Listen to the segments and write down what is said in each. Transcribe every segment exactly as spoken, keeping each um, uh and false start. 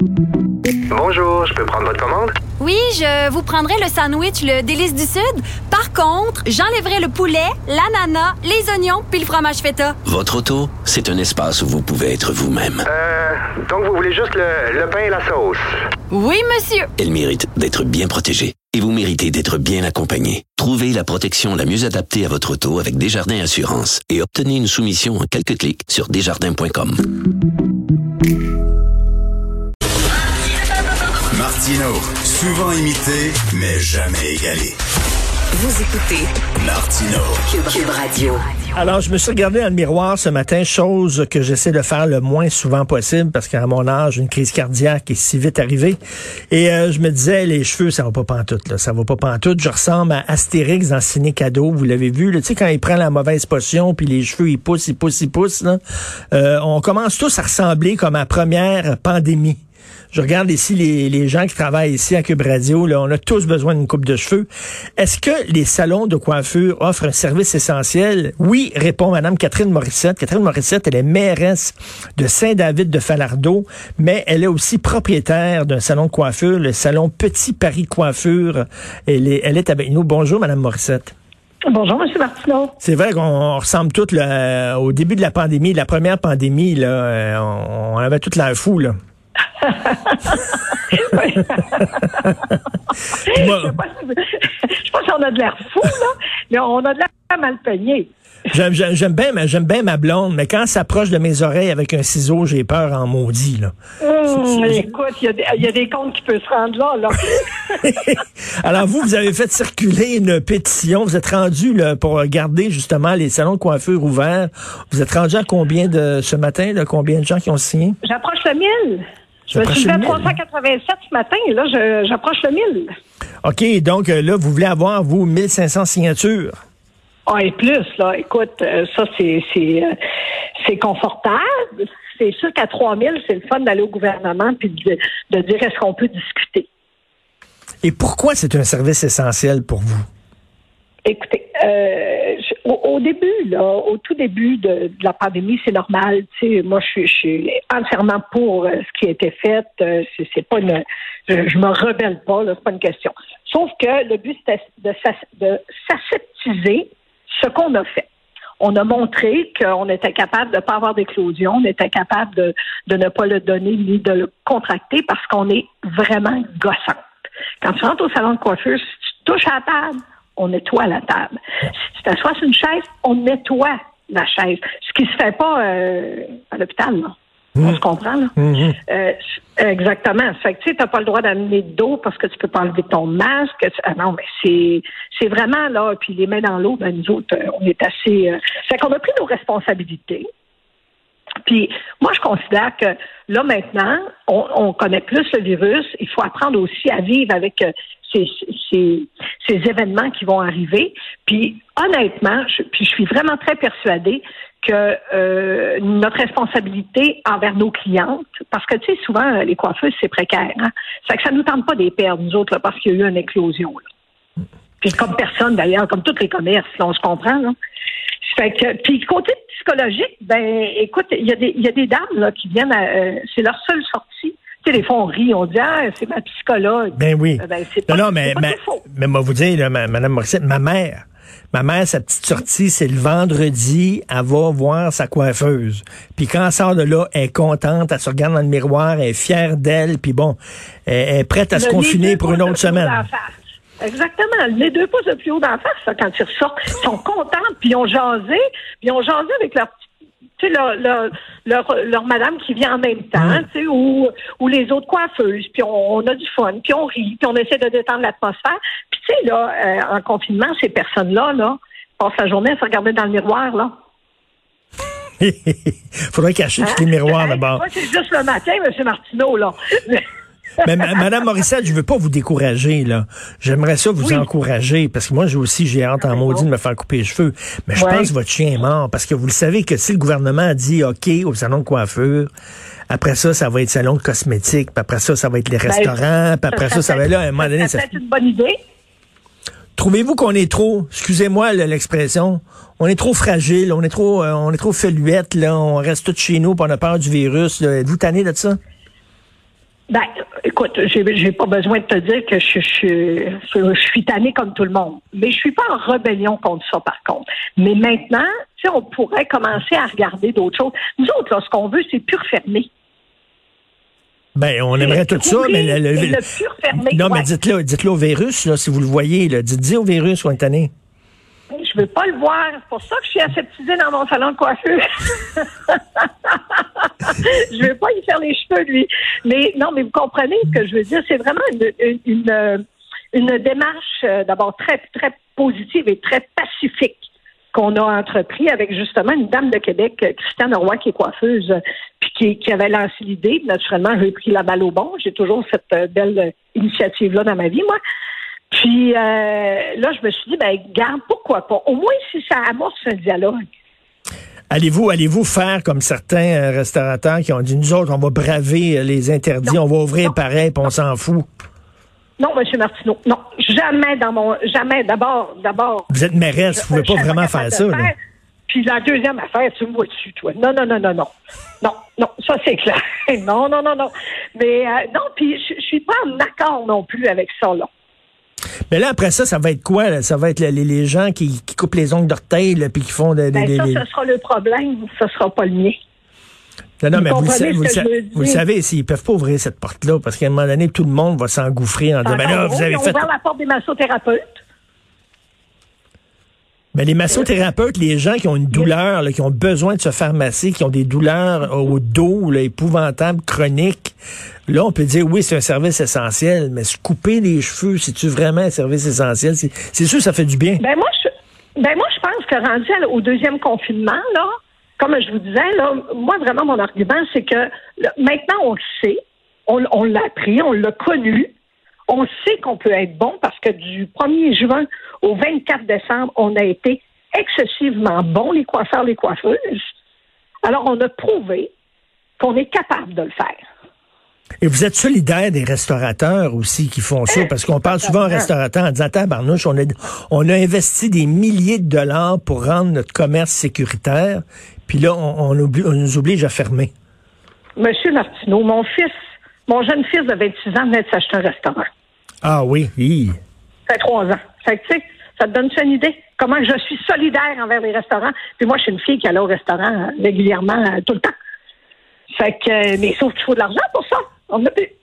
Bonjour, je peux prendre votre commande? Oui, je vous prendrai le sandwich, le délice du Sud. Par contre, j'enlèverai le poulet, l'ananas, les oignons puis le fromage feta. Votre auto, c'est un espace où vous pouvez être vous-même. Euh, donc vous voulez juste le, le pain et la sauce? Oui, monsieur. Elle mérite d'être bien protégée. Et vous méritez d'être bien accompagné. Trouvez la protection la mieux adaptée à votre auto avec Desjardins Assurance et obtenez une soumission en quelques clics sur desjardins point com. Martino, souvent imité, mais jamais égalé. Vous écoutez Martino, Cube, Cube Radio. Alors, je me suis regardé dans le miroir ce matin, chose que j'essaie de faire le moins souvent possible parce qu'à mon âge, une crise cardiaque est si vite arrivée. Et euh, je me disais, les cheveux, ça va pas pantoute, là. Ça va pas pantoute. Je ressemble à Astérix dans Ciné Cadeau. Vous l'avez vu, là. Tu sais, quand il prend la mauvaise potion puis les cheveux, ils poussent, ils poussent, ils poussent, là. Euh, on commence tous à ressembler comme à la première pandémie. Je regarde ici les, les gens qui travaillent ici à Cube Radio. Là, on a tous besoin d'une coupe de cheveux. Est-ce que les salons de coiffure offrent un service essentiel? Oui, répond Mme Catherine Morissette. Catherine Morissette, elle est mairesse de Saint-David-de-Falardeau, mais elle est aussi propriétaire d'un salon de coiffure, le salon Petit Paris Coiffure. Elle est, elle est avec nous. Bonjour, Mme Morissette. Bonjour, M. Martineau. C'est vrai qu'on ressemble tous là, au début de la pandémie, la première pandémie, là, on, on avait toute l'air fou, là. Oui. Moi, je sais pas si, je sais pas si on a de l'air fou, là, mais on a de l'air mal peigné. J'aime, j'aime, j'aime bien, j'aime bien ma blonde, mais quand elle s'approche de mes oreilles avec un ciseau, j'ai peur en maudit, là. Mmh, écoute, il y, y a des comptes qui peuvent se rendre là, là. Alors vous, vous avez fait circuler une pétition. Vous êtes rendu là, pour garder justement les salons de coiffure ouverts. Vous êtes rendu à combien de ce matin, là, combien de gens qui ont signé? J'approche le mille. Je me suis levé à trois cent quatre-vingt-sept ce matin et là, je, j'approche le mille. OK, donc là, vous voulez avoir, vous, mille cinq cents signatures. Ah, et plus, là. Écoute, euh, ça, c'est, c'est, euh, c'est confortable. C'est sûr qu'à trois mille, c'est le fun d'aller au gouvernement puis de, de dire est-ce qu'on peut discuter. Et pourquoi c'est un service essentiel pour vous? Écoutez, euh, je, au, au début, là, au tout début de, de la pandémie, c'est normal. Tu sais, moi, je suis, je suis entièrement pour euh, ce qui a été fait. Euh, c'est, c'est pas une, je, je me rebelle pas, là, c'est pas une question. Sauf que le but, c'était de, de s'aseptiser ce qu'on a fait. On a montré qu'on était capable de ne pas avoir d'éclosion, on était capable de, de ne pas le donner ni de le contracter parce qu'on est vraiment gossante. Quand tu rentres au salon de coiffure, si tu touches à la table, on nettoie la table. Si tu t'assois sur une chaise, on nettoie la chaise. Ce qui se fait pas euh, à l'hôpital, là. Mmh. On se comprend, là? Mmh. Euh, exactement. Ça fait que, tu sais, t'as pas le droit d'amener d'eau parce que tu peux pas enlever ton masque. Ah non, mais c'est, c'est vraiment, là, puis les mains dans l'eau, ben, nous autres, on est assez... Euh... Ça fait qu'on a pris nos responsabilités. Puis, moi, je considère que, là, maintenant, on, on connaît plus le virus. Il faut apprendre aussi à vivre avec euh, ces, ces, ces événements qui vont arriver. Puis, honnêtement, je, puis je suis vraiment très persuadée que euh, notre responsabilité envers nos clientes, parce que, tu sais, souvent, les coiffeuses, c'est précaire. Hein? Ça fait que ça ne nous tente pas des perdre, nous autres, là, parce qu'il y a eu une éclosion. Là. Puis comme personne, d'ailleurs, comme tous les commerces, là, on se comprend, là. Fait que, puis côté psychologique, ben, écoute, il y a des, il y a des dames là qui viennent, à, euh, c'est leur seule sortie. Tu sais, des fois on rit, on dit ah c'est ma psychologue. Ben oui. Ben, c'est pas, non non mais c'est pas mais, mais moi vous dire là, ma, Madame Morissette, ma mère, ma mère sa petite sortie c'est le vendredi, elle va voir sa coiffeuse. Puis quand elle sort de là, elle est contente, elle se regarde dans le miroir, elle est fière d'elle, puis bon, elle, elle est prête à le se confiner pour une autre semaine. Exactement. Les deux pouces de plus haut d'en face, ça, quand ils ressortent, ils sont contents, puis ils ont jasé, puis ils ont jasé avec leur, tu sais, leur, leur, leur, leur madame qui vient en même temps, mmh. tu sais, ou, ou les autres coiffeuses, puis on, on a du fun, puis on rit, puis on essaie de détendre l'atmosphère. Puis tu sais, là, euh, en confinement, ces personnes-là, là, passent la journée à se regarder dans le miroir, là. Faudrait cacher hein? tous les miroirs, hein? d'abord. Moi, c'est juste le matin, M. Martineau, là. Mais Madame Morissette, je veux pas vous décourager, là. J'aimerais ça vous oui. encourager, parce que moi, j'ai aussi, j'ai hâte en maudit de me faire couper les cheveux. Mais je ouais. pense que votre chien est mort, parce que vous le savez que si le gouvernement a dit OK au salon de coiffure, après ça, ça va être salon de cosmétiques, puis après ça, ça va être les restaurants, ben, puis après ça, ça, ça va être là, à un moment donné. Ça, ça peut être une bonne idée. Trouvez-vous qu'on est trop, excusez-moi l'expression, on est trop fragile, on est trop, euh, on est trop feluette, là, on reste tous chez nous, puis on a peur du virus, là. Êtes-vous tanné de ça? Ben, écoute, j'ai, j'ai pas besoin de te dire que je, je, je, je suis tannée comme tout le monde. Mais je suis pas en rébellion contre ça, par contre. Mais maintenant, tu sais, on pourrait commencer à regarder d'autres choses. Nous autres, là, ce qu'on veut, c'est pur fermé. Ben, on aimerait tout ça, mais le, le, le pur fermé. Non, ouais. mais dites-le, dites-le au virus, là, si vous le voyez, là. Dites-le au virus, on est tanné. Je veux pas le voir. C'est pour ça que je suis aseptisée dans mon salon de coiffure. Je veux pas y faire les cheveux, lui. Mais non, mais vous comprenez ce que je veux dire. C'est vraiment une, une, une, une démarche euh, d'abord très, très positive et très pacifique qu'on a entrepris avec justement une dame de Québec, Christiane Roy, qui est coiffeuse, euh, puis qui, qui avait lancé l'idée. Naturellement, j'ai pris la balle au bon. J'ai toujours cette euh, belle initiative-là dans ma vie, moi. Puis euh, là, je me suis dit, ben garde, pourquoi pas? Au moins, si ça amorce un dialogue. Allez-vous, allez-vous faire comme certains euh, restaurateurs qui ont dit, nous autres, on va braver euh, les interdits, non, on va ouvrir non, pareil, puis on s'en fout? Non, M. Martineau, non. Jamais dans mon... Jamais. D'abord, d'abord... Vous êtes mairesse, vous ne pouvez pas vraiment faire ça, là. Puis la deuxième affaire, tu me vois dessus, toi. Non, non, non, non, non. Non, non, ça c'est clair. Non, non, non, non. Mais euh, non, puis je suis pas en accord non plus avec ça, là. Mais là, après ça, ça va être quoi? Là? Ça va être les, les gens qui, qui coupent les ongles d'orteil puis qui font des... Ben, ça, les... ça sera le problème. Ça sera pas le mien. Non, non, vous mais vous, sa- vous, sa- vous le savez, s'ils peuvent pas ouvrir cette porte-là, parce qu'à un moment donné, tout le monde va s'engouffrer en disant, ben là, vous avez fait... Ils ont ouvert la porte des massothérapeutes. Mais les massothérapeutes, les gens qui ont une douleur, là, qui ont besoin de se faire masser, qui ont des douleurs au dos, là, épouvantables, chroniques, là, on peut dire, oui, c'est un service essentiel, mais se couper les cheveux, c'est-tu vraiment un service essentiel? C'est, c'est sûr, ça fait du bien. Ben moi, je, ben moi, je pense que rendu au deuxième confinement, là, comme je vous disais, là, moi, vraiment, mon argument, c'est que là, maintenant, on le sait, on, on l'a appris, on l'a connu, on sait qu'on peut être bon parce que du premier juin au vingt-quatre décembre, on a été excessivement bons, les coiffeurs, les coiffeuses. Alors, on a prouvé qu'on est capable de le faire. Et vous êtes solidaire des restaurateurs aussi qui font ça, parce qu'on parle souvent aux restaurateurs en disant, tabarnouche, on a, on a investi des milliers de dollars pour rendre notre commerce sécuritaire, puis là, on, on, oblige, on nous oblige à fermer. Monsieur Martineau, mon fils, mon jeune fils de vingt-six ans venait de s'acheter un restaurant. Ah oui, oui. Ça fait trois ans. Fait que, tu sais, ça te donne-tu une idée? Comment je suis solidaire envers les restaurants? Puis moi, je suis une fille qui allait au restaurant régulièrement, euh, tout le temps. Fait que, euh, mais sauf qu'il faut de l'argent pour ça. On a plus.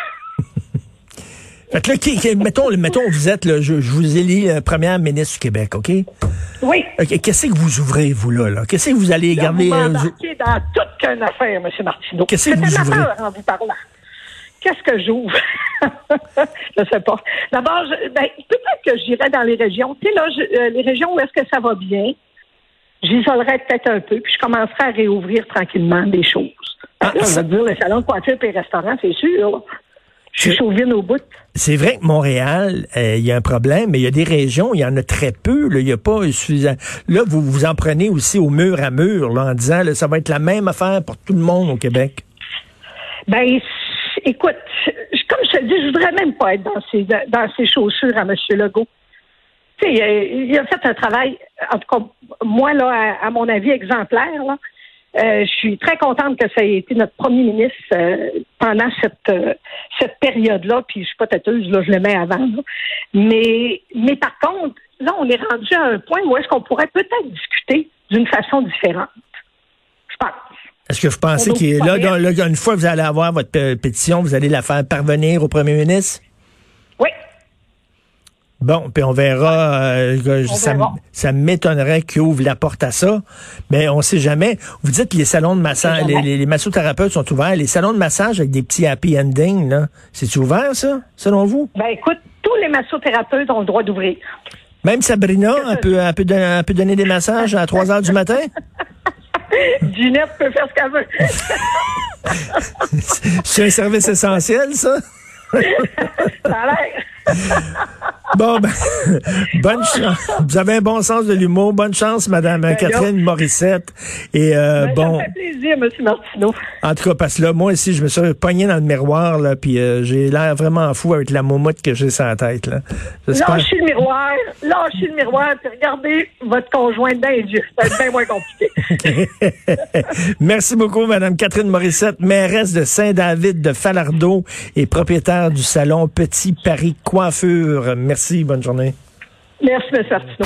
Fait que là, qui, qui, mettons, mettons, vous êtes, là, je, je vous élis euh, première ministre du Québec, OK? Oui. Okay, qu'est-ce que vous ouvrez, vous, là? là? Qu'est-ce que vous allez là, garder? Vous m'embarquez euh, dans toute qu'une affaire, M. Martineau. Qu'est-ce que vous ouvrez? En vous parlant. Qu'est-ce que j'ouvre? Je sais pas. D'abord, je, ben, peut-être que j'irais dans les régions. Tu sais, là, je, euh, les régions où est-ce que ça va bien, j'isolerais peut-être un peu, puis je commencerais à réouvrir tranquillement des choses. Ah, là, ça... je veux dire, les salons de coiffure et les restaurants, c'est sûr. Là. Je suis chauvine au bout. C'est vrai que Montréal, il euh, y a un problème, mais il y a des régions, il y en a très peu. Il n'y a pas suffisant. Là, vous vous en prenez aussi au mur à mur, là, en disant, là, ça va être la même affaire pour tout le monde au Québec. Ben, écoute, comme je te le dis, je voudrais même pas être dans ces, dans ces chaussures à M. Legault. Tu sais, il, il a fait un travail, en tout cas, moi, là, à, à mon avis, exemplaire, là. Euh, je suis très contente que ça ait été notre premier ministre euh, pendant cette euh, cette période-là, puis je suis pas têteuse, là, je le mets avant. Là. Mais, mais par contre, là, on est rendu à un point où est-ce qu'on pourrait peut-être discuter d'une façon différente. Je pense. Est-ce que vous pensez que là, là, là, une fois que vous allez avoir votre p- pétition, vous allez la faire parvenir au premier ministre? Oui. Bon, puis on verra. Euh, on ça, verra. ça m'étonnerait qu'ils ouvrent la porte à ça, mais on sait jamais. Vous dites que les salons de massage, les, les, les massothérapeutes sont ouverts. Les salons de massage avec des petits happy endings, là, c'est ouvert, ça, selon vous? Ben écoute, tous les massothérapeutes ont le droit d'ouvrir. Même Sabrina, elle peut, elle, peut donner, elle peut donner des massages à trois heures du matin? Ginette peut faire ce qu'elle veut. C'est un service essentiel, ça? Ça a l'air. Bon, ben, bonne chance. Vous avez un bon sens de l'humour. Bonne chance, Madame ben, Catherine là. Morissette. Et euh, ben, bon. Ça fait plaisir, M. Martineau. En tout cas, parce que là, moi aussi, je me suis pogné dans le miroir, là, puis euh, j'ai l'air vraiment fou avec la moumoute que j'ai sur la tête, là. J'espère... Lâchez le miroir, lâchez le miroir, puis regardez votre conjoint dans les yeux. Ça va être bien moins compliqué. Merci beaucoup, Madame Catherine Morissette, mairesse de Saint-David de Falardeau et propriétaire du salon Petit Paris Coiffure. Merci, bonne journée. Merci, M. Martineau.